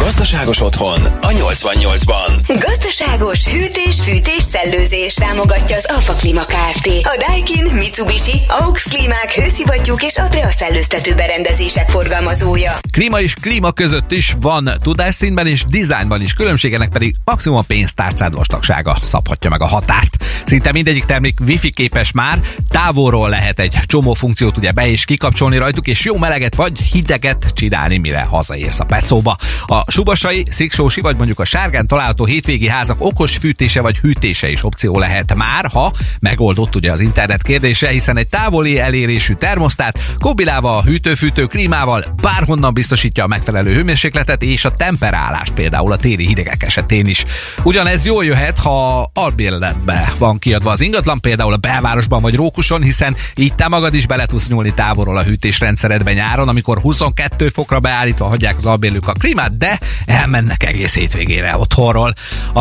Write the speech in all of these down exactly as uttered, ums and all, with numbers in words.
Gazdaságos otthon a nyolcvannyolcban. Gazdaságos hűtés, fűtés, szellőzés támogatja az Alfa Klima Kft. A Daikin, Mitsubishi, AUX Klímák, hőszivattyúk és Atrea szellőztető berendezések forgalmazója. Klíma és klíma között is van tudásszínben és dizájnban is különbség, ennek pedig maximum a pénztárcád vastagsága szabhatja meg a határt. Szinte mindegyik termék wifi képes már, távolról lehet egy csomó funkciót ugye be és kikapcsolni rajtuk, és jó meleget vagy hideget csinálni, mire hazaérsz a pecóba. A subasai, sziksósi vagy mondjuk a Sárgán található hétvégi házak okos fűtése vagy hűtése is opció lehet már, ha megoldott ugye az internet kérdése, hiszen egy távoli elérésű termosztát kombinálva a hűtő-fűtő klímával bárhonnan biztosítja a megfelelő hőmérsékletet és a temperálást, például a téli hidegek esetén is. Ugyanez jól jöhet, ha albérletbe van kiadva az ingatlan, például a belvárosban vagy Rókuson, hiszen így te magad is bele tudsz nyúlni távolról a hűtésrendszeredbe nyáron, amikor huszonkettő fokra beállítva hagyják az albérlők a klímát, de elmennek egész hétvégére otthonról.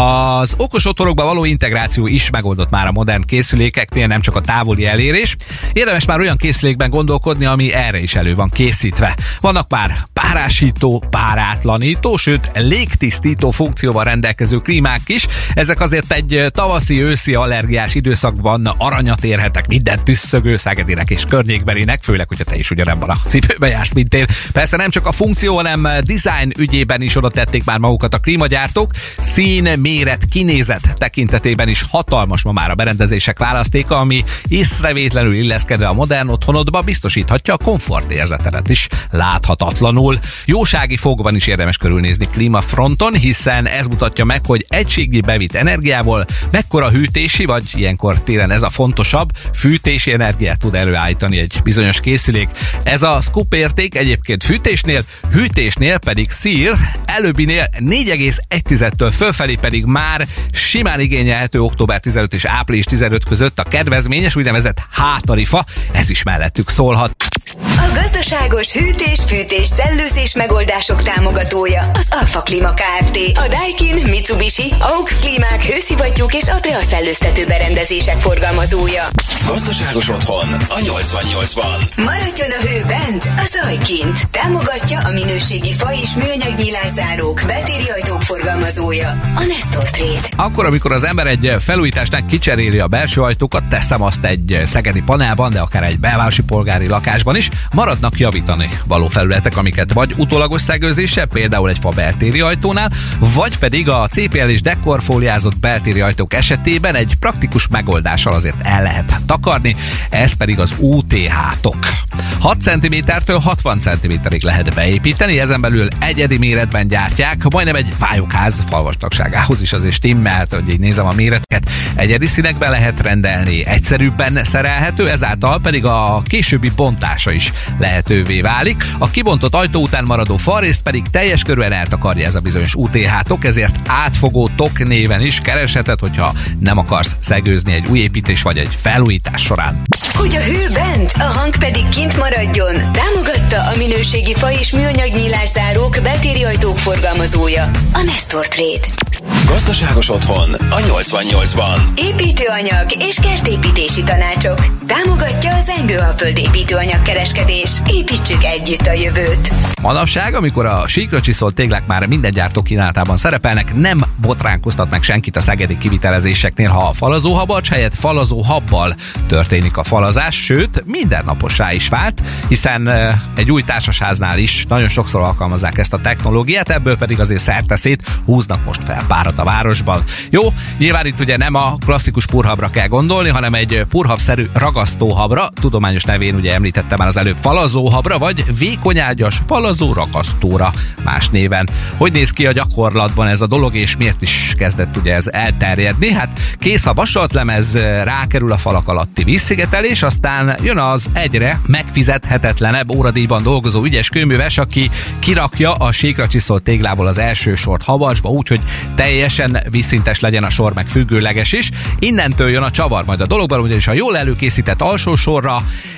Az okos otthonokba való integráció is megoldott már a modern készülékeknél, nem csak a távoli elérés. Érdemes már olyan készülékben gondolkodni, ami erre is elő van készítve. Vannak már párásító, párátlanító, sőt légtisztító funkcióval rendelkező klímák is. Ezek azért egy tavaszi, őszi allergiás időszakban aranyat érhetek minden tüsszögő szegedinek és környékbelinek, főleg, hogyha te is ugyanebben a cipőben jársz, mint én. Persze nem csak a funkció, hanem design ügyében is oda tették már magukat a klímagyártók. Szín, méret, kinézet tekintetében is hatalmas ma már a berendezések választéka, ami észrevétlenül illeszkedve a modern otthonodba biztosíthatja a komfortérzetedet is láthatatlanul. Jósági fogban is érdemes körülnézni klímafronton, hiszen ez mutatja meg, hogy egységnyi bevitt energiából mekkora hűtési, vagy ilyenkor télen ez a fontosabb, fűtési energiát tud előállítani egy bizonyos készülék. Ez a scoop érték egyébként fűtésnél, hűtésnél pedig szír, előbbinél négy egész egy-től fölfelé pedig már simán igényelhető október tizenötödike és április tizenötödike között a kedvezményes úgynevezett H-tarifa, ez is mellettük szólhat. A gazdaságos hűtés, fűtés, szellőzés megoldások támogatója az Alfa Klima Kft. A Daikin, Mitsubishi, AUX Klímák, hőszivattyúk és Atrea szellőztető berendezések forgalmazója. Gazdaságos otthon a nyolcvannyolcban. Maradjon a hő bent, a zaj kint. Támogatja a minőségi fa és műanyag nyílászárók, beltéri ajtók forgalmazója, a Nestor Trade. Akkor, amikor az ember egy felújításnak kicseréli a belső ajtókat, teszem azt egy szegedi panelban, de akár egy belvárosi polgári lakásban is, maradnak javítani való felületek, amiket vagy utólagos szegőzéssel, például egy fa beltéri ajtónál, vagy pedig a cé pé el és dekorfóliázott beltéri ajtók esetében egy praktikus megoldással azért el lehet takarni, ez pedig az u té há-tok. hat centimétertől hatvan centiméterig lehet beépíteni, ezen belül egyedi méretben gyártják, majdnem egy vályogház falvastagságához is azért stimmelt, hogy így nézem a méreteket, egyedi színekbe lehet rendelni, egyszerűbben szerelhető, ezáltal pedig a későbbi bontása is lehetővé válik. A kibontott ajtó után maradó falrészt pedig teljes körűen eltakarja ez a bizonyos u té há-tok, ezért átfogó tok néven is keresheted, hogyha nem akarsz szegőzni egy új építés vagy egy felújítás során. Hogy a hő bent, a hang pedig kint maradjon, támogatta a minőségi fa és műanyag nyílászárók, beltéri ajtók forgalmazója, a Nestor Trade. Gazdaságos otthon a nyolcvannyolcban. Építőanyag és kertépítési tanácsok. Támogatja az Engőalföld építőanyag kereskedés. Építsük együtt a jövőt. Manapság, amikor a síkra csiszolt téglák már minden gyártó kínálatában szerepelnek, nem botránkoztatnak senkit a szegedi kivitelezéseknél, ha a falazóhabacs helyett falazóhabbal történik a falazás, sőt, mindennapossá is vált, hiszen egy új társasháznál is nagyon sokszor alkalmazzák ezt a technológiát, ebből pedig azért szerteszét húznak most fel párat a városban. Jó, nyilván itt ugye nem a klasszikus purhabra kell gondolni, hanem egy purhabszerű ragasztóhabra, tudományos nevén ugye említettem már az előbb falazóhabra, vagy vékonyágyas falazó ragasztóra más néven. Hogy néz ki a gyakorlatban ez a dolog, és miért is kezdett ugye ez elterjedni? Hát kész a vasaltlemez, rákerül a falak alatti vízszigetelés, aztán jön az egyre megfizethetetlenebb óradíjban dolgozó ügyes kőműves, aki kirakja a síkra csiszolt téglából az első sort habacsba, úgyhogy teljesen vízszintes legyen a sor, meg függőleges is. Innentől jön a csavar majd a dologban, ugyanis a jól előkészített alsó sorra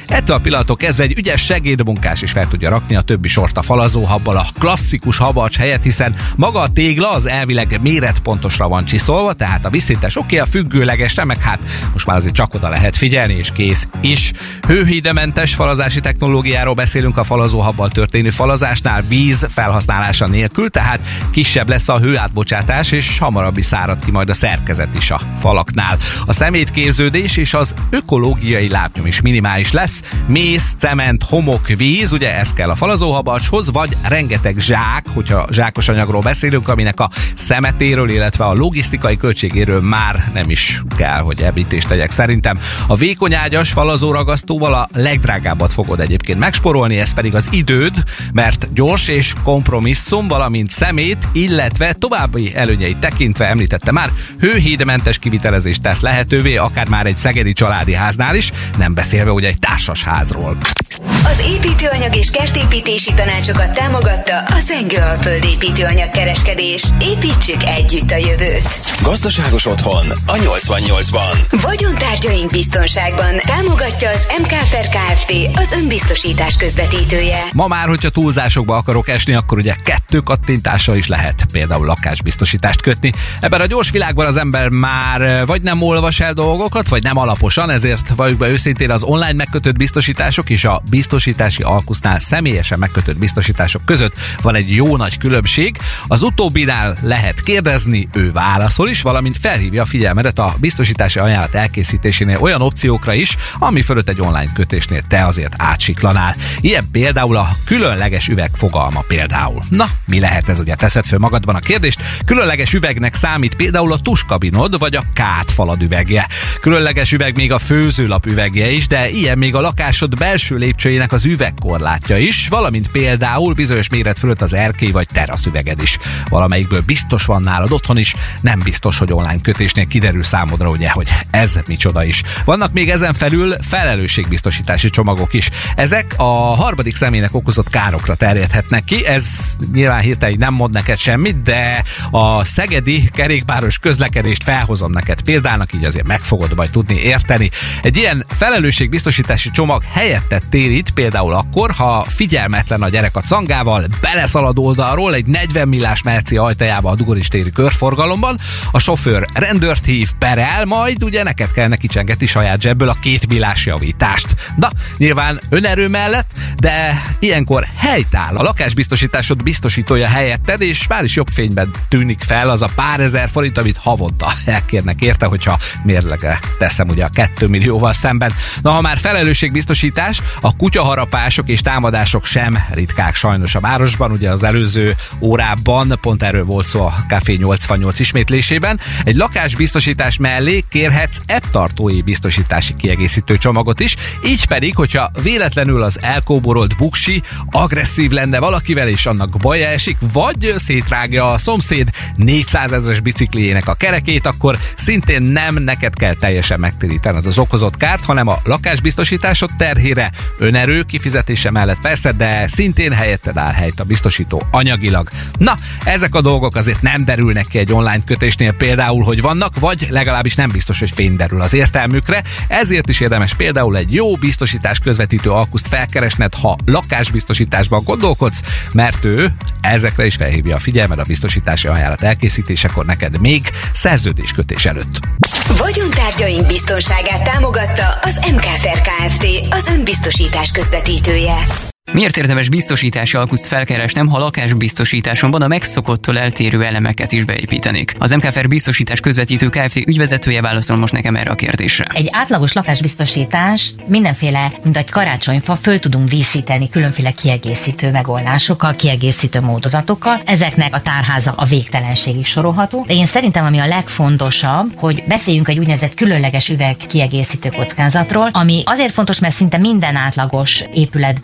Ettől a pillanattól kezdve egy ügyes segédmunkás is fel tudja rakni a többi sort a falazóhabbal a klasszikus habacs helyett, hiszen maga a tégla az elvileg méretpontosra van csiszolva, tehát a vízszintes oké, a függőlegesre, meg hát most már azért csak oda lehet figyelni, és kész is. Hőhídementes falazási technológiáról beszélünk a falazóhabbal történő falazásnál víz felhasználása nélkül, tehát kisebb lesz a hőátbocsátás, és hamarabb is szárad ki majd a szerkezet is a falaknál. A szemétképződés és az ökológiai lábnyom is minimális lesz. Mész, cement, homok, víz, ugye ez kell a falazóhabacshoz, vagy rengeteg zsák, hogyha zsákos anyagról beszélünk, aminek a szemetéről, illetve a logisztikai költségéről már nem is kell, hogy említést tegyek. Szerintem a vékony ágyas falazóragasztóval a legdrágábbat fogod egyébként megsporolni, ez pedig az időd, mert gyors és kompromisszum, valamint szemét, illetve további előnyeit tekintve említette már, hőhídmentes kivitelezést tesz lehetővé, akár már egy szegedi családi háznál is, nem beszélve ugye egy társasházról. Az építőanyag és kertépítési tanácsokat támogatta a Zengő-Alföld építőanyag kereskedés. Építsük együtt a jövőt. Gazdaságos otthon a nyolcvannyolcban. Vagyontárgyaink biztonságban támogatja az em ká ef er Kft. Az önbiztosítás közvetítője. Ma már, hogyha túlzásokba akarok esni, akkor ugye kettő kattintással is lehet például lakásbiztosítást kötni. Ebben a gyors világban az ember már vagy nem olvas el dolgokat, vagy nem alaposan, ezért valljuk be őszintén, az online megkötött biztosítások és a biztosítási alkusznál személyesen megkötött biztosítások között van egy jó nagy különbség. Az utóbbinál lehet kérdezni, ő válaszol is, valamint felhívja a figyelmedet a biztosítási ajánlat elkészítésénél olyan opciókra is, ami fölött egy online kötésnél te azért átsiklanál. Ilyen például a különleges üveg fogalma például. Na, mi lehet ez, ugye teszed föl magadban a kérdést? Különleges üvegnek számít például a tuskabinod, vagy a kátfalad üvegje. Különleges üveg még a főzőlap üvegje is, de ilyen még a lakásod belső lépcsőjének az üvegkorlátja is, valamint például bizonyos méret fölött az erkély vagy teraszüveged is. Valamelyikből biztos van nálad otthon is, nem biztos, hogy online kötésnél kiderül számodra, ugye, hogy ez micsoda is. Vannak még ezen felül felelősségbiztosítási csomagok is. Ezek a harmadik személynek okozott károkra terjedhetnek ki. Ez nyilván hirtelen nem mond neked semmit, de a szegedi kerékpáros közlekedést felhozom neked példának, így azért meg fogod majd tudni érteni. Egy ilyen felelősségbiztosítási csomag helyettet térít például akkor, ha figyelmetlen a gyerek a cangával, beleszalad oldalról egy negyven millás merci ajtajába a dugoristéri körforgalomban, a sofőr rendőrt hív, perel, majd ugye neked kell neki csengetni saját zsebből a két millás javítást. Na, nyilván önerő mellett, de ilyenkor helytáll a lakásbiztosításod biztosítója helyetted, és már is jobb fényben tűnik fel az a pár ezer forint, amit havonta elkérnek érte, hogyha mérlegre teszem ugye a két millióval szemben. Na, ha már felelősségbiztosítás, a kutyaharapások és támadások sem ritkák sajnos a városban, ugye az előző órában pont erről volt szó a Café nyolcvannyolc ismétlésében. Egy lakásbiztosítás mellé kérhetsz ebbtartói biztosítási kiegészítő csomagot is, így pedig, hogyha véletlenül az elkóborolt buksi agresszív lenne valakivel és annak baja esik, vagy szétrágja a szomszéd négyszázezres bicikliének a kerekét, akkor szintén nem neked kell teljesen megtérítened az okozott kárt, hanem a lakásbiztosításod terhére, önerő kifizetése mellett persze, de szintén helyetted áll helyt a biztosító anyagilag. Na, ezek a dolgok azért nem derülnek ki egy online kötésnél például, hogy vannak, vagy legalábbis nem biztos, hogy fény derül az értelmükre, ezért is érdemes például egy jó biztosítás közvetítő alkuszt felkeresned, ha lakásbiztosításban gondolkodsz, mert ő ezekre is felhívja a figyelmed a biztosítási ajánlat elkészítésekor neked még szerződéskötés előtt. Vagyontárgyaink biztonságát támogatta az em ká ef er Kft. Az önbiztosítás közvetítője. Miért érdemes biztosítási alkuszt felkeresnem, ha lakásbiztosításomban a megszokottól eltérő elemeket is beépítenék? Az em ká ef er Biztosítás Közvetítő Kft. Ügyvezetője válaszol most nekem erre a kérdésre. Egy átlagos lakásbiztosítás mindenféle, mint egy karácsonyfa, föl tudunk díszíteni különféle kiegészítő megoldásokkal, kiegészítő módozatokkal. Ezeknek a tárháza a végtelenségig sorolható. De én szerintem, ami a legfontosabb, hogy beszéljünk egy úgynevezett különleges üveg kiegészítő kockázatról, ami azért fontos, mert szinte minden átlagos épületben, lakásban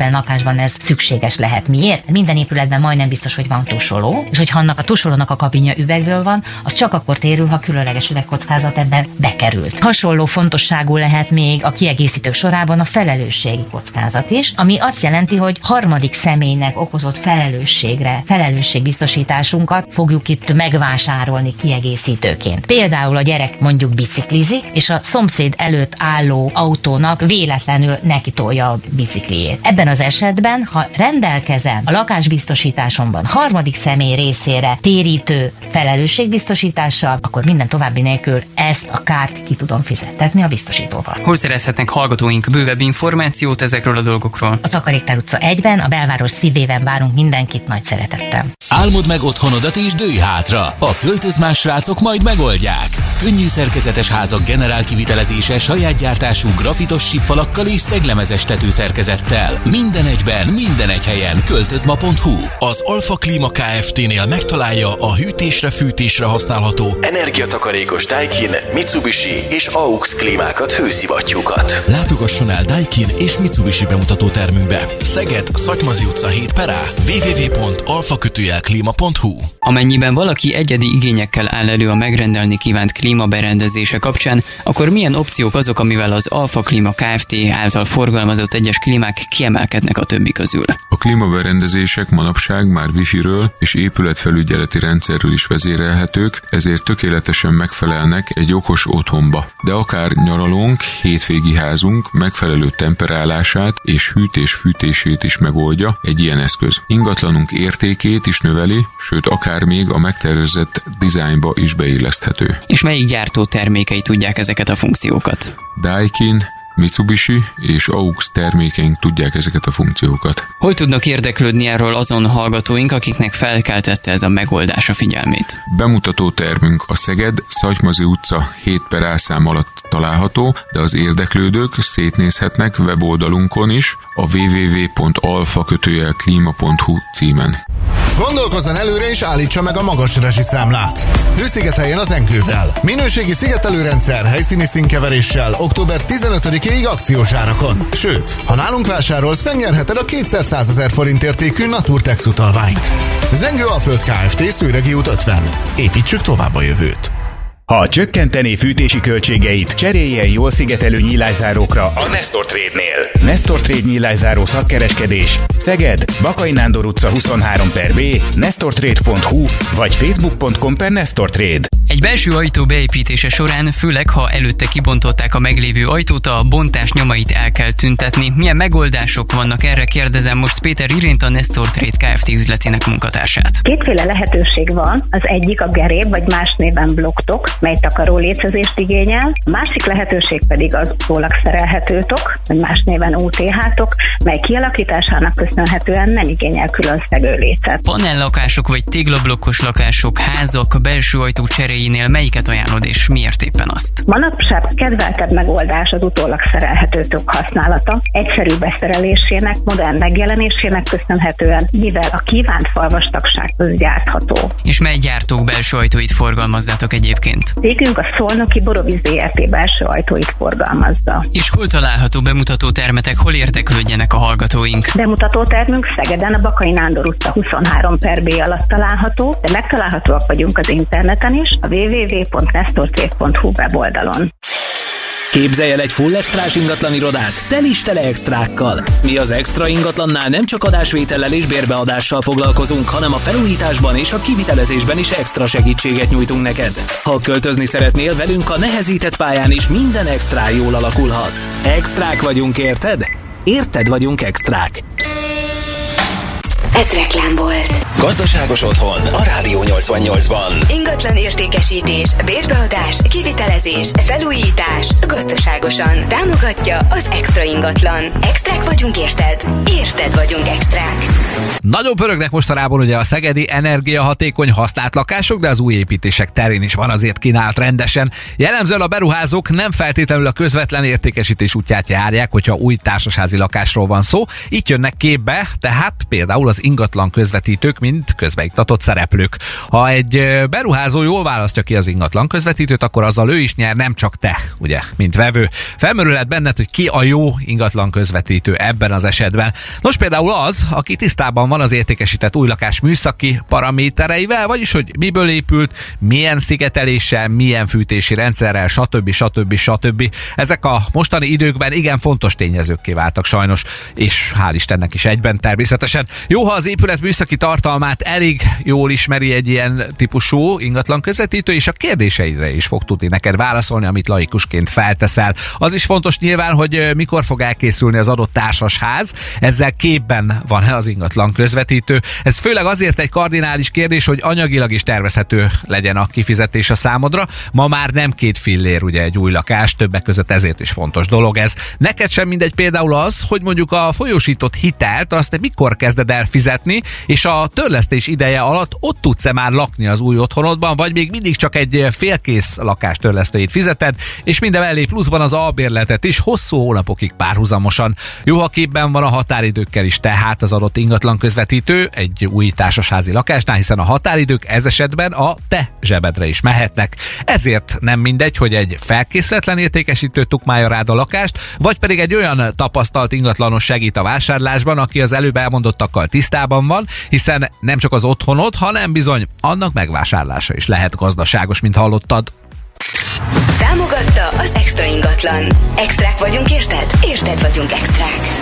lakásban ez szükséges lehet. Miért? Minden épületben majdnem biztos, hogy van tusoló, és hogyha annak a tusolónak a kabinja üvegből van, az csak akkor térül, ha különleges üvegkockázat ebben bekerült. Hasonló fontosságú lehet még a kiegészítők sorában a felelősségi kockázat is, ami azt jelenti, hogy harmadik személynek okozott felelősségre, felelősségbiztosításunkat fogjuk itt megvásárolni kiegészítőként. Például a gyerek mondjuk biciklizik, és a szomszéd előtt álló autónak véletlenül nekitolja a bicikliét. Ebben az esetben, ha rendelkezem a lakásbiztosításomban harmadik személy részére térítő felelősségbiztosítással, akkor minden további nélkül ezt a kárt ki tudom fizettetni a biztosítóval. Hol szerezhetnek hallgatóink bővebb információt ezekről a dolgokról? A Takarékpár utca egyben, a belváros szívében várunk mindenkit nagy szeretettel. Álmod meg otthonodat és dőj hátra. A Költöz Más srácok majd megoldják. Könnyű szerkezetes házak generál kivitelezése saját gyártású grafitos sípfalakkal és szeglemezes tetőszerkezettel. Minden egyben, minden egy helyen. Költözma pont hu. Az Alfa Klima Kft-nél megtalálja a hűtésre, fűtésre használható energiatakarékos Daikin, Mitsubishi és á u iksz klímákat, hőszivattyúkat. Látogasson el Daikin és Mitsubishi bemutató termünkbe. Szeged, Szatymazi utca hét per á, double-u double-u double-u pont alfa klima pont hu. Amennyiben valaki egyedi igényekkel áll elő a megrendelni kívánt klímaberendezése kapcsán, akkor milyen opciók azok, amivel az Alfa Klima Kft. Által forgalmazott egyes klímák kiemelkednek a többi közül? A klímaberendezések manapság már wifi-ről és épületfelügyeleti rendszerről is vezérelhetők, ezért tökéletesen megfelelnek egy okos otthonba. De akár nyaralónk, hétvégi házunk megfelelő temperálását és hűtés-fűtését is megoldja egy ilyen eszköz. Ingatlanunk értékét is növeli, sőt akár még a megtervezett dizájnba is beilleszthető. És melyik gyártó termékei tudják ezeket a funkciókat? Daikin, Mitsubishi és á u iksz termékeink tudják ezeket a funkciókat. Hol tudnak érdeklődni erről azon hallgatóink, akiknek felkeltette ez a megoldás a figyelmét? Bemutató termünk a Szeged, Szatymazi utca hét per á szám alatt található, de az érdeklődők szétnézhetnek weboldalunkon is a double-u double-u double-u pont alfa klima pont hu címen. Gondolkozzon előre és állítsa meg a magas rezsiszámlát. Hőszigeteljen az Enkővel. Minőségi szigetelőrendszer helyszíni színkeveréssel október tizenötödikéig akciós árakon. Sőt, ha nálunk vásárolsz, megnyerheted a kétszer százezer forint értékű Naturtex utalványt. Zengő Alföld Kft. Szőregi út ötven. Építsük tovább a jövőt. Ha csökkentené fűtési költségeit, cseréljen jól szigetelő nyílászárókra a Nestor Trade-nél. Nestor Trade nyílászáró szakkereskedés. Szeged, Bakai Nándor utca huszonhárom per B, nestortrade pont hu vagy facebook pont com per Nestor Trade. Egy belső ajtó beépítése során, főleg ha előtte kibontották a meglévő ajtót, a bontás nyomait el kell tüntetni. Milyen megoldások vannak erre, kérdezem most Péter Irént, a Nestor Trade Kft. Üzletének munkatársát. Kétféle lehetőség van. Az egyik a geréb, vagy más néven blokktok, mely takaró lécezést igényel. A másik lehetőség pedig az utólag szerelhető tok, vagy más néven u té há-tok, mely kialakításának köszönhetően nem igényel külön szegőlécet. Panellakások vagy téglablokkos lakások, házak, belső ajtó cseréinél melyiket ajánlod és miért éppen azt? Manapság kedveltebb megoldás az utólag szerelhető tok használata, egyszerű beszerelésének, modern megjelenésének köszönhetően, mivel a kívánt falvastagság gyártható. És mely gyártók belső ajtóit forgalmazzátok egyébként? Cégünk a Szolnoki Borovíz zé er té belső ajtóit forgalmazza. És hol található bemutató termetek, hol érdeklődjenek a hallgatóink? Bemutató termünk Szegeden, a Bakai Nándor utca huszonhárom per B alatt található, de megtalálhatóak vagyunk az interneten is, a double-u double-u double-u pont nestortrade pont hu weboldalon. Képzelj el egy full extrás ingatlan irodát, tel is tele extrákkal. Mi az Extra Ingatlannál nem csak adásvétellel és bérbeadással foglalkozunk, hanem a felújításban és a kivitelezésben is extra segítséget nyújtunk neked. Ha költözni szeretnél, velünk a nehezített pályán is minden extrá jól alakulhat. Extrák vagyunk, érted? Érted vagyunk extrák. Ez reklám volt. Gazdaságos otthon a Rádió nyolcvannyolcban. Ingatlan értékesítés, bérbeadás, kivitelezés, felújítás, gazdaságosan. Támogatja az Extra Ingatlan. Extrák vagyunk, érted? Érted vagyunk extrák. Nagyon pörögnek mostanában ugye a szegedi energiahatékony használt lakások, de az új építések terén is van azért kínált rendesen. Jellemzően a beruházók nem feltétlenül a közvetlen értékesítés útját járják, hogyha új társasházi lakásról van szó. Itt jönnek képbe, tehát például az ingatlan közvetítők, mint közbeiktatott szereplők. Ha egy beruházó jól választja ki az ingatlan közvetítőt, akkor azzal ő is nyer, nem csak te, ugye, mint vevő. Felmerülhet benned, hogy ki a jó ingatlan közvetítő ebben az esetben. Nos, például az, aki tisztában van az értékesített új lakás műszaki paramétereivel, vagyis hogy miből épült, milyen szigeteléssel, milyen fűtési rendszerrel, stb. stb. stb. Ezek a mostani időkben igen fontos tényezőkké váltak sajnos, és hál' Istennek is egyben természetesen. Jó, ha az épület műszaki tartalmát elég jól ismeri egy ilyen típusú ingatlan közvetítő, és a kérdéseidre is fog tudni neked válaszolni, amit laikusként felteszel. Az is fontos nyilván, hogy mikor fog elkészülni az adott társasház, ezzel képben van-e az ingatlan közvetítő. Ez főleg azért egy kardinális kérdés, hogy anyagilag is tervezhető legyen a kifizetés a számodra. Ma már nem két fillér ugye egy új lakás, többek között ezért is fontos dolog ez. Neked sem mindegy például az, hogy mondjuk a folyósított hitelt azt mikor kezded el fizetni, és a törlesztés ideje alatt ott tudsz-e már lakni az új otthonodban, vagy még mindig csak egy félkész lakás törlesztőjét fizeted, és minden mellé pluszban az albérletet is hosszú hónapokig párhuzamosan. Jó, ha képben van a határidőkkel is, tehát az adott ingatlan közvetítő egy új társasházi lakásnál, hiszen a határidők ez esetben a te zsebedre is mehetnek. Ezért nem mindegy, hogy egy felkészületlen értékesítő tukmálja rád a lakást, vagy pedig egy olyan tapasztalt ingatlanos segít a vásárlásban, aki az előbb elmondottakkal tisztában van, hiszen nem csak az otthonod, hanem bizony annak megvásárlása is lehet gazdaságos, mint hallottad. Támogatta az Extra ingatlan. Extrák vagyunk, érted? Érted vagyunk extrák.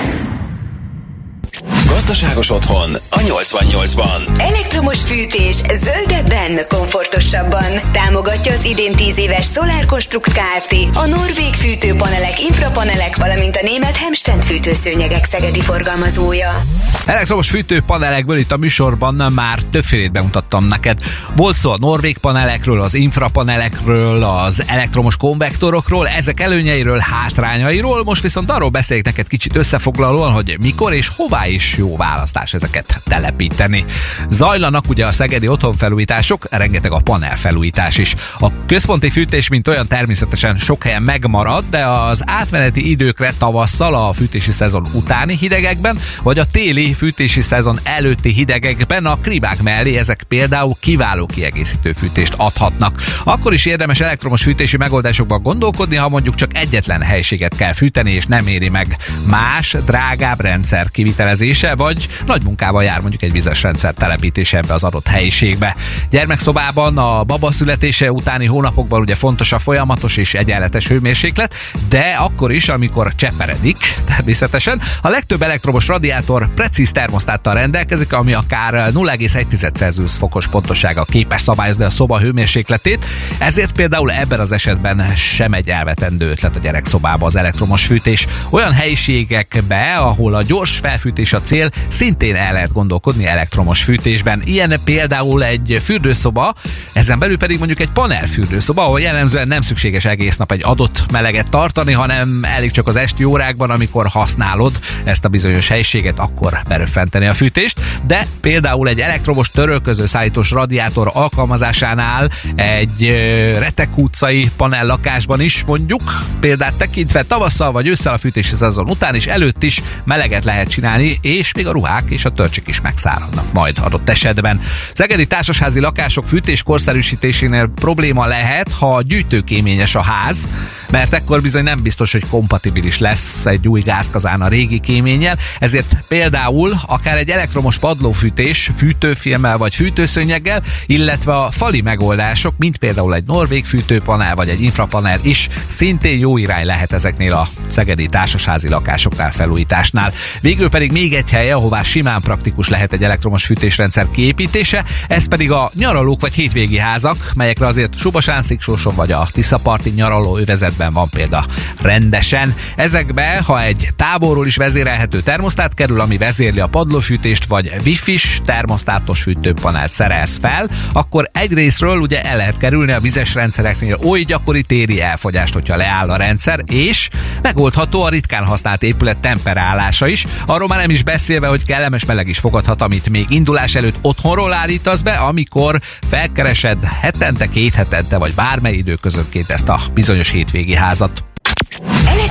Gazdaságos otthon a nyolcvannyolcban. Elektromos fűtés zöldebben, komfortosabban. Támogatja az idén tíz éves Solar Construct Kft. A norvég fűtőpanelek, infrapanelek, valamint a német Hemstedt fűtőszőnyegek szegedi forgalmazója. Elektromos fűtőpanelekből itt a műsorban már többfélét bemutattam neked. Volt szó a norvég panelekről, az infrapanelekről, az elektromos konvektorokról, ezek előnyeiről, hátrányairól. Most viszont arról beszéljek neked kicsit összefoglalóan, hogy mikor és hová is jó választás ezeket telepíteni. Zajlanak ugye a szegedi otthonfelújítások, rengeteg a panelfelújítás is. A központi fűtés mint olyan természetesen sok helyen megmarad, de az átmeneti időkre tavasszal a fűtési szezon utáni hidegekben, vagy a téli fűtési szezon előtti hidegekben a klímák mellé ezek például kiváló kiegészítő fűtést adhatnak. Akkor is érdemes elektromos fűtési megoldásokban gondolkodni, ha mondjuk csak egyetlen helységet kell fűteni, és nem éri meg más, drágább rendszer kivitelezése, vagy nagy munkával jár mondjuk egy vizes rendszer telepítése ebbe az adott helyiségbe. Gyermekszobában a baba születése utáni hónapokban ugye fontos a folyamatos és egyenletes hőmérséklet, de akkor is, amikor cseperedik, természetesen, a legtöbb elektromos radiátor precíz termosztáttal rendelkezik, ami akár nulla egész egy Celsius fokos pontossággal képes szabályozni a szoba hőmérsékletét, ezért például ebben az esetben sem egy elvetendő ötlet a gyerekszobába az elektromos fűtés. Olyan helyiségekbe, ahol a gyors felfűtés a cél, szintén el lehet gondolkodni elektromos fűtésben. Ilyen például egy fürdőszoba, ezen belül pedig mondjuk egy panelfürdőszoba, ahol jellemzően nem szükséges egész nap egy adott meleget tartani, hanem elég csak az esti órákban, amikor használod ezt a bizonyos helyiséget, akkor beröffenteni a fűtést. De például egy elektromos törölköző szállítós radiátor alkalmazásánál egy Retek utcai panellakásban is mondjuk példát tekintve tavasszal vagy ősszel a fűtési szezon után is előtt is meleget lehet csinálni, és még a ruhák és a törcsik is megszáradnak majd adott esetben. Szegedi társasházi lakások fűtés korszerűsítésénél probléma lehet, ha gyűjtőkéményes a ház, mert ekkor bizony nem biztos, hogy kompatibilis lesz egy új gázkazán a régi kéménnyel, ezért például akár egy elektromos padlófűtés fűtőfilmmel vagy fűtőszőnyeggel, illetve a fali megoldások, mint például egy norvég fűtőpanel vagy egy infrapanel is szintén jó irány lehet ezeknél a szegedi társasházi lakásoknál, felújításnál. Végül pedig még egy hely, ahová simán praktikus lehet egy elektromos fűtésrendszer kiépítése, ez pedig a nyaralók vagy hétvégi házak, melyekre azért Subasán, Sziksóson vagy a Tiszaparti nyaraló övezetben van példa rendesen. Ezekbe, ha egy távolról is vezérelhető termosztát kerül, ami vezérli a padlófűtést, vagy wifi-s termosztátos fűtőpanelt szerelsz fel, akkor egyrészről ugye el lehet kerülni a vizes rendszereknél oly gyakori téri elfogyást, hogyha leáll a rendszer, és megoldható a ritkán használt épület temperálása is, arról már nem is beszélve, hogy kellemes meleg is fogadhat, amit még indulás előtt otthonról állítasz be, amikor felkeresed hetente, két hetente, vagy bármely időközönként ezt a bizonyos hétvégi házat.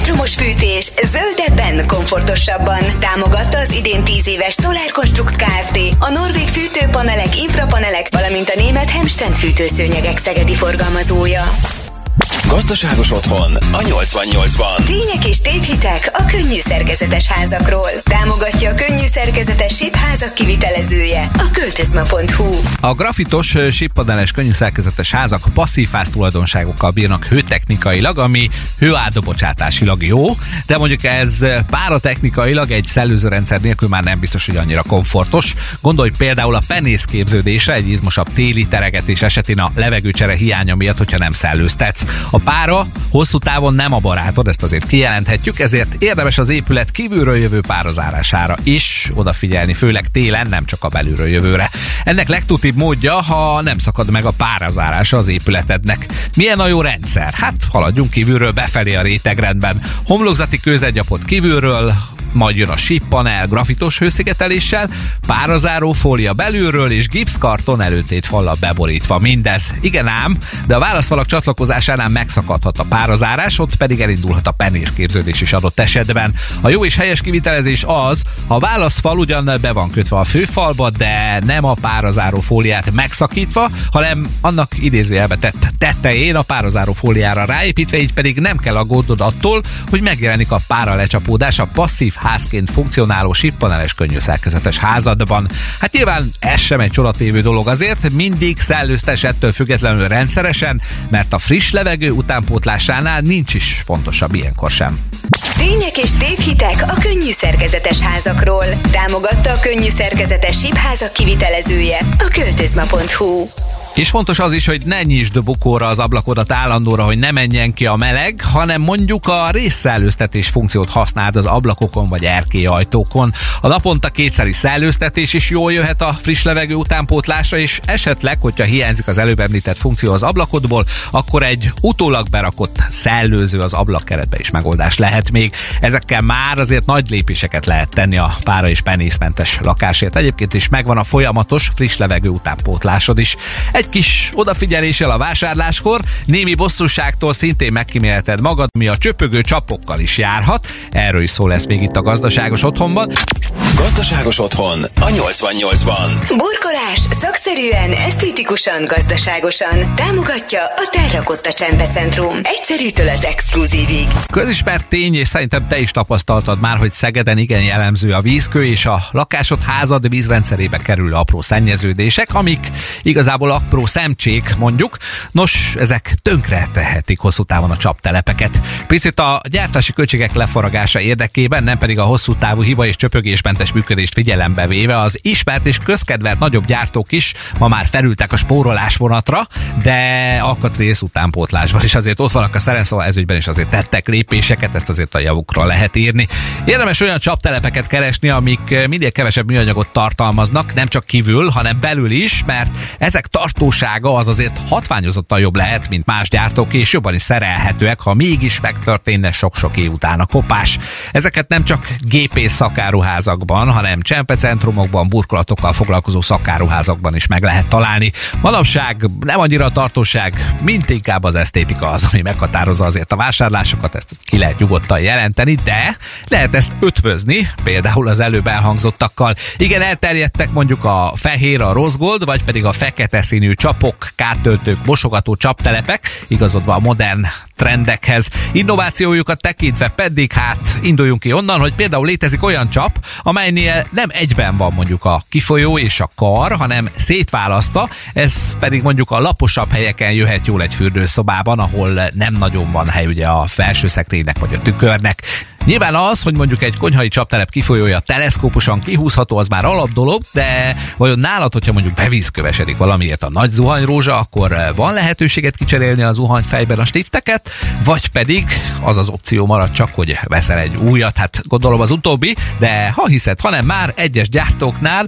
Elektromos fűtés zöldebben, komfortosabban. Támogatta az idén tíz éves Solar Construct Kft. A norvég fűtőpanelek, infrapanelek, valamint a német Hemstend fűtőszőnyegek szegedi forgalmazója. Gazdaságos otthon a nyolcvannyolcban. Tények és tévhitek a könnyű szerkezetes házakról. Támogatja a könnyű szerkezetes sípházak kivitelezője, a költözma pont hu. A grafitos síppaneles könnyű szerkezetes házak passzív ház tulajdonságokkal bírnak hőtechnikailag, ami hőátdobocsátásilag jó, de mondjuk ez páratechnikailag egy szellőzőrendszer nélkül már nem biztos, hogy annyira komfortos. Gondolj például a penészképződésre egy izmosabb téli teregetés esetén a levegőcsere hiánya miatt, hogyha nem szellőztetsz. A pára hosszú távon nem a barátod, ezt azért kijelenthetjük, ezért érdemes az épület kívülről jövő párazárására is odafigyelni, főleg télen, nem csak a belülről jövőre. Ennek legtutibb módja, ha nem szakad meg a párazárása az épületednek. Milyen a jó rendszer? Hát haladjunk kívülről befelé a rétegrendben. Homlokzati kőzetgyapot kívülről, majd jön a síppanel grafitos hőszigeteléssel, párazáró fólia belülről és gipszkarton előtét fallal beborítva. Mindez igen ám, de a válaszfalak csatlakozásánál megszakadhat a párazárás, ott pedig elindulhat a penészképződés is adott esetben. A jó és helyes kivitelezés az, ha a válaszfal ugyan be van kötve a főfalba, de nem a párazáró fóliát megszakítva, hanem annak idézőjelbe tett tetején a párazáró fóliára ráépítve, így pedig nem kell aggódnod attól, hogy megjelenik a pára lecsapódás a passzív házként funkcionáló síppaneles könnyű szerkezetes házadban. Hát nyilván ez sem egy csodatévő dolog, azért mindig szellőztes ettől függetlenül rendszeresen, mert a friss levegő utánpótlásánál nincs is fontosabb ilyenkor sem. Tények és tévhitek a könnyű szerkezetes házakról. Támogatta a könnyű szerkezetes sípházak kivitelezője, a költözma pont hu. És fontos az is, hogy ne nyisd bukóra az ablakodat állandóra, hogy ne menjen ki a meleg, hanem mondjuk a részszellőztetés funkciót használd az ablakokon vagy erkélyajtókon. A naponta kétszeri szellőztetés is jól jöhet a friss levegő utánpótlásra, és esetleg, hogyha hiányzik az előbb említett funkció az ablakodból, akkor egy utólag berakott szellőző az ablakkeretbe is megoldás lehet még. Ezekkel már azért nagy lépéseket lehet tenni a pára- és penészmentes lakásért. Egyébként is megvan a folyamatos friss levegő utánpótlásod is. Egy kis odafigyeléssel a vásárláskor, némi bosszúságtól szintén megkímélted magad, mi a csöpögő csapokkal is járhat. Erről is szó lesz még itt a Gazdaságos Otthonban. Gazdaságos otthon a nyolcvannyolcban. Burkolás szakszerűen, esztétikusan, gazdaságosan. Támogatja a Terrakotta Csendecentrum. Egyszerűtől az exkluzívig. Közismert tény, és szerintem te is tapasztaltad már, hogy Szegeden igen jellemző a vízkő és a lakásod, házad vízrendszerébe kerülő apró szennyeződések, amik igazából apró szemcsék, mondjuk. Nos, ezek tönkre tehetik hosszú távon a csaptelepeket. Picit a gyártási költségek lefaragása érdekében, nem pedig a hosszú távú hiba és csöpögésmentes működést figyelembe véve az ismert és közkedvelt nagyobb gyártók is ma már felültek a spórolás vonatra, de alkatrész utánpótlásban is azért ott vannak a szeren, szóval ezügyben is azért tettek lépéseket, ezt azért a javukra lehet írni. Érdemes olyan csaptelepeket keresni, amik minél kevesebb műanyagot tartalmaznak, nem csak kívül, hanem belül is, mert ezek tartósága az azért hatványozottan jobb lehet, mint más gyártók, és jobban is szerelhetőek, ha mégis megtörténne sok-sok év után a kopás. Ezeket nem csak gépész szakáruházakban, hanem csempecentrumokban, burkolatokkal foglalkozó szakáruházakban is meg lehet találni. Manapság nem annyira a tartóság, mint inkább az esztétika az, ami meghatározza azért a vásárlásokat, ezt ki lehet nyugodtan jelenteni, de lehet ezt ötvözni, például az előbb elhangzottakkal. Igen, elterjedtek mondjuk a fehér, a rose gold, vagy pedig a fekete színű csapok, kártöltők, mosogató csaptelepek, igazodva a modern trendekhez. Innovációjukat tekintve pedig hát induljunk ki onnan, hogy például létezik olyan csap, amelynél nem egyben van mondjuk a kifolyó és a kar, hanem szétválasztva, ez pedig mondjuk a laposabb helyeken jöhet jól egy fürdőszobában, ahol nem nagyon van hely ugye a felső szekrénynek vagy a tükörnek. Nyilván az, hogy mondjuk egy konyhai csaptelep kifolyója teleszkóposan kihúzható, az már alapdolog, de vajon nálad, hogyha mondjuk bevízkövesedik valamiért a nagy zuhanyrózsa, akkor van lehetőséget kicserélni a zuhanyfejben a stifteket, vagy pedig az az opció marad csak, hogy veszel egy újat, hát gondolom az utóbbi, de ha hiszed, hanem már egyes gyártóknál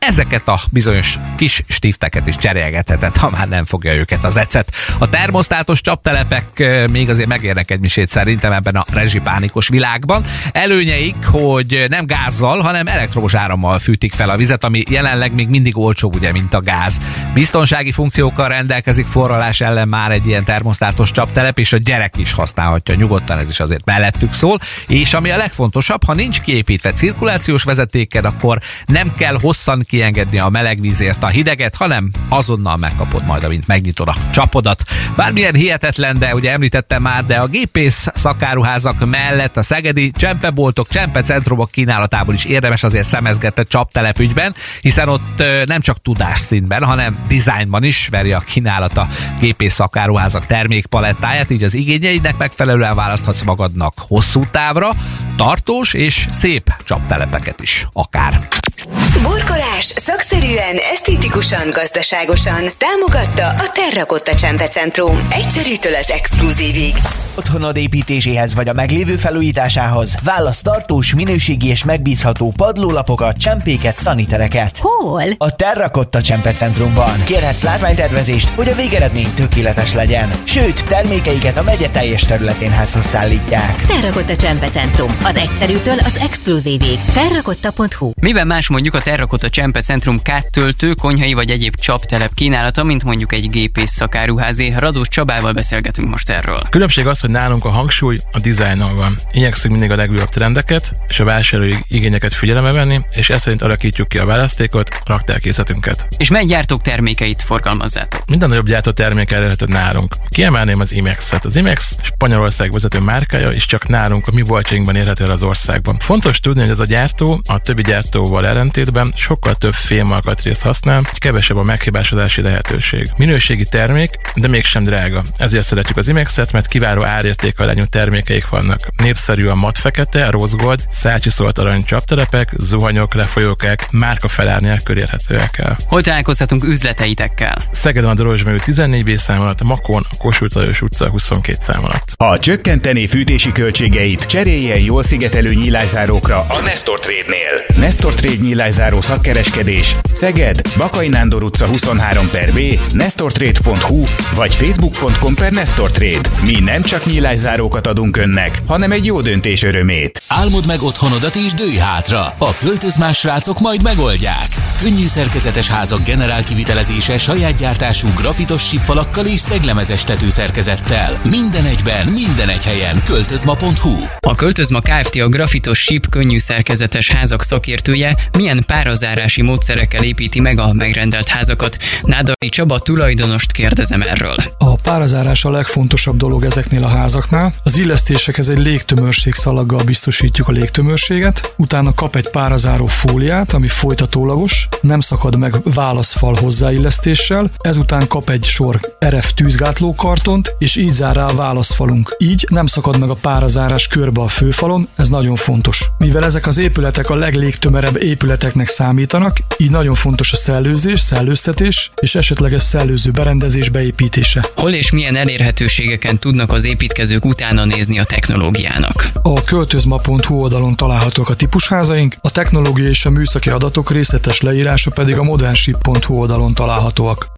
ezeket a bizonyos kis stifteket is cserélgetheted, ha már nem fogja őket az ecet. A termosztátos csaptelepek még azért megérnek egy misét szerintem ebben a rezsipánikos világban. Előnyeik, hogy nem gázzal, hanem elektromos árammal fűtik fel a vizet, ami jelenleg még mindig olcsóbb, ugye, mint a gáz. Biztonsági funkciókkal rendelkezik forralás ellen már egy ilyen termosztátos csaptelep, és a gyerek is használhatja nyugodtan, ez is azért mellettük szól. És ami a legfontosabb, ha nincs kiépítve cirkulációs vezetéked, akkor nem kell hosszan kiengedni a meleg vízért a hideget, hanem azonnal megkapod majd, amint megnyitod a csapodat. Bármilyen hihetetlen, de ugye említettem már, de a gépész szakáruházak mellett a szegedi csempeboltok, csempecentrumok kínálatából is érdemes azért szemezgetni csaptelep ügyben, hiszen ott nem csak tudásszintben, hanem dizájnban is veri a kínálat a gépész szakáruházak termékpalettáját, így az igényeidnek megfelelően választhatsz magadnak hosszú távra, tartós és szép csaptelepeket is akár. Burkolás szakszerűen, esztétikusan, gazdaságosan támogatta a Terrakotta Csempecentrum. Egyszerűtől az exkluzívig. Otthonod építéséhez vagy a meglévő felújításához válasz tartós, minőségi és megbízható padlólapokat, csempéket, szanitereket. Hol? A Terrakotta Csempecentrumban. Kérhetsz látványtervezést, hogy a végeredmény tökéletes legyen. Sőt, termékeiket a megye teljes területén házhoz szállítják. Terrakotta Csempecentrum. Az egyszerűtől az exkluzívig. terrakotta pont hu. Miben más mondjuk a Terrakotta Csempecentrum kádtöltő, konyhai vagy egyéb csaptelep kínálata, mint mondjuk egy gépész szakáruházé? Radós Csabával beszélgetünk most erről. Különbség az, hogy nálunk a hangsúly a dizájnon van. Igyekszünk mindig a legújabb trendeket és a vásárlói igényeket figyelembe venni, és ez szerint alakítjuk ki a választékot, raktárkészletünket. És mely gyártók termékeit forgalmazzátok? Minden nagyobb gyártó termék elérhető nálunk. Kiemelném az Imex-et. Az Imex Spanyolország vezető márkája, és csak nálunk a mi boltjainkban érhető el az országban. Fontos tudni, hogy ez a gyártó a többi gyártóval ellentétben sokkal több fémalkatrészt használ, és kevesebb a meghibásodási lehetőség. Minőségi termék, de mégsem drága. Ezért szeretjük az Imexet, mert kiváló árértékarányú termékeik vannak. Népszerű a mat fekete, a rose gold, szácsiszolt arany csaptelepek, zuhanyok, lefolyókák, márka felár nélkül érhetőek el. Hol találkozhatunk üzleteitekkel? Szegeden a Dorozsmai tizennégy bé szám alatt, Makón a Kossuth Lajos utca huszonkettő szám alatt. Ha csökkenteni fűtési költségeit, cseréljen jól szigetelő nyílászárókra a Nestor Trade-nél. Nestor Trade nyílászáró szakkereskedés Szeged, Bakay Nándor utca huszonhárom per B, nestortrade pont hu vagy facebook pont com per nestortrade. Mi nem csak nyílászárókat adunk önnek, hanem egy jó döntés örömét. Álmod meg otthonodat és dőj hátra. A Költözmás srácok majd megoldják. Könnyű szerkezetes házak generál kivitelezése saját gyártású grafitos sípfalakkal és szeglemezes tetőszerkezettel. Minden egyben, minden egy helyen. Költözma pont hu. A Költözma Kft. A grafitos síp könnyű szerkezetes házak szakértője milyen párazárási módszerekkel építi meg a megrendelt házakat. Nádari Csaba tulajdonost kérdezem erről. A párazárás a legfontosabb dolog ezeknél a házaknál. Az illesztésekhez egy légtömörség szalaggal biztosítjuk a légtömörséget, utána kap egy párazáró fóliát, ami folytatólagos, nem szakad meg válaszfal hozzáillesztéssel, ezután kap egy sor er ef tűzgátló kartont, és így zár rá a válaszfalunk. Így nem szakad meg a párazárás körbe a főfalon, ez nagyon fontos. Mivel ezek az épületek a leglégtömerebb épületeknek számítanak, így nagyon fontos a szellőzés, szellőztetés és esetleges szellőző berendezés beépítése. Hol és milyen elérhetőségeken tudnak az építkezők utána nézni a technológiának? A költözma pont hu oldalon találhatók a típusházaink, a technológiai és a műszaki adatok részletes leírása pedig a modernship pont hu oldalon találhatóak.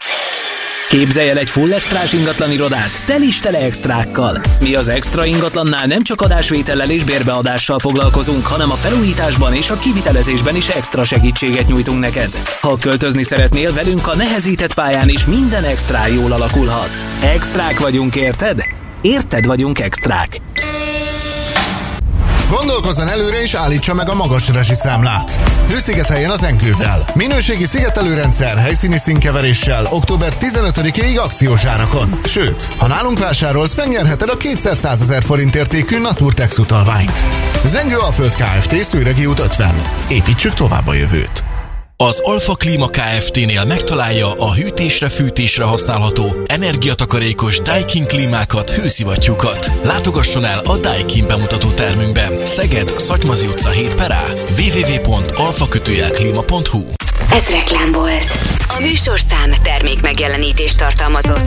Képzelj el egy full extrás ingatlan irodát, tel is tele extrákkal. Mi az extra ingatlannál nem csak adásvétellel és bérbeadással foglalkozunk, hanem a felújításban és a kivitelezésben is extra segítséget nyújtunk neked. Ha költözni szeretnél velünk, a nehezített pályán is minden extrá jól alakulhat. Extrák vagyunk, érted? Érted vagyunk extrák. Gondolkozzon előre és állítsa meg a magas rezsiszámlát. Hőszigeteljen az Enkővel. Minőségi szigetelőrendszer helyszíni színkeveréssel október tizenötödikéig akciós árakon. Sőt, ha nálunk vásárolsz, megnyerheted a kétszer százezer forint értékű Naturtex utalványt. Zengő Alföld Kft. Szőregi út ötven. Építsük tovább a jövőt. Az Alfa Klima Kft-nél megtalálja a hűtésre, fűtésre használható, energiatakarékos Daikin klímákat, hőszivattyúkat. Látogasson el a Daikin bemutató termünkben. Szeged, Szatymazi utca hét per á. double-u double-u double-u pont alfa klima pont hu. Ez reklám volt. A műsorszám termék megjelenítést tartalmazott.